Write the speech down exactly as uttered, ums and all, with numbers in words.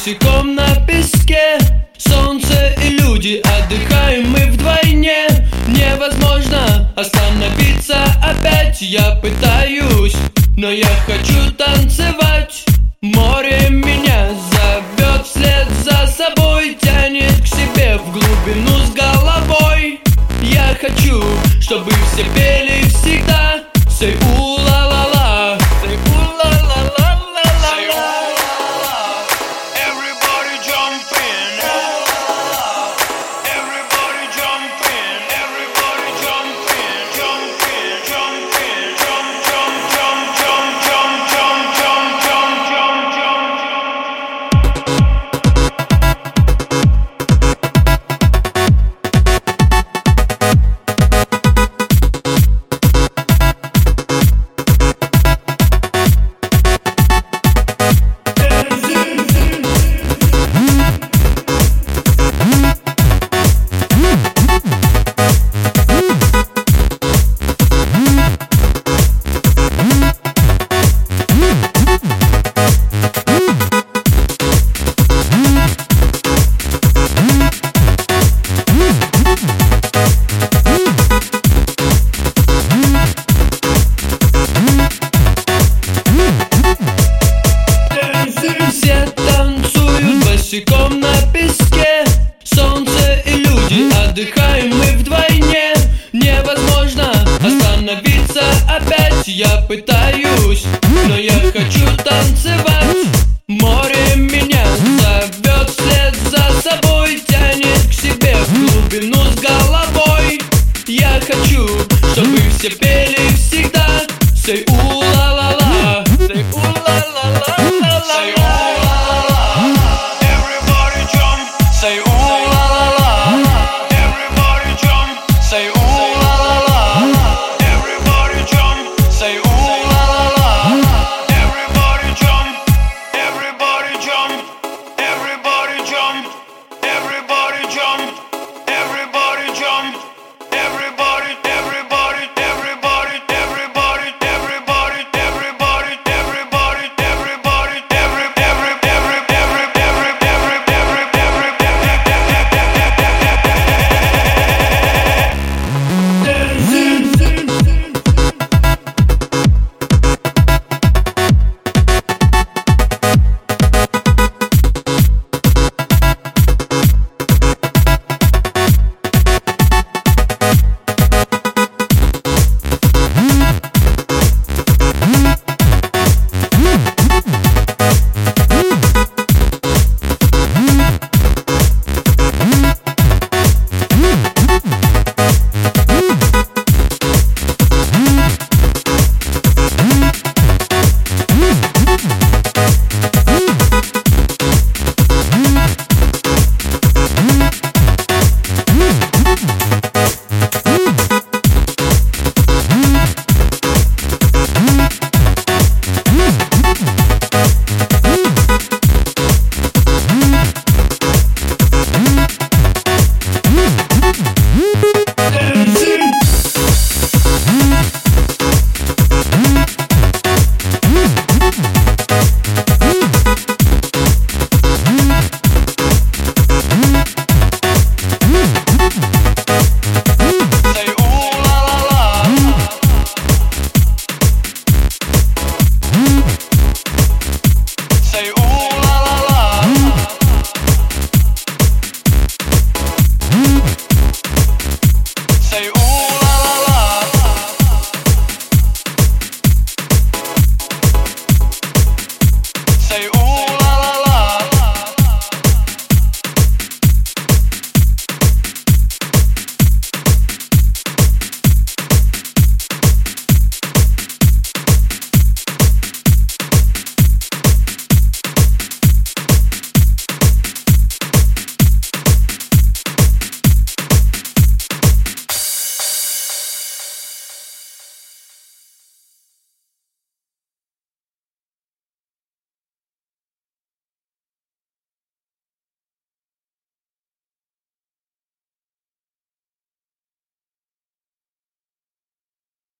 босиком на песке. Солнце и люди, отдыхаем мы вдвойне. Невозможно остановиться опять. Я пытаюсь, но я хочу танцевать. Море меня зовет вслед за собой, тянет к себе в глубину с головой. Я хочу, чтобы все пели всегда. Say у-ла-ла-ла, say у-ла-ла-ла-ла-ла. Everybody jump in. Everybody jump in. Everybody jump in. Jump in, jump in, jump, jump, jump, jump, jump, jump, jump, jump, jump, Все танцуют босиком на песке. Солнце и люди, отдыхаем мы вдвойне. Невозможно остановиться опять. Я пытаюсь, но я хочу танцевать. Море меня зовет вслед за собой, тянет к себе в глубину с головой. Я хочу, чтобы все пели всегда. Say у-ла-ла-ла, say у-ла-ла-ла-ла-ла. everybody jump. Say ooh-la-la-la. Everybody jump. Say ooh-la-la-la. Everybody jump. Say ooh-la-la-la. Everybody jump. Everybody jump. Everybody jump. Everybody jump.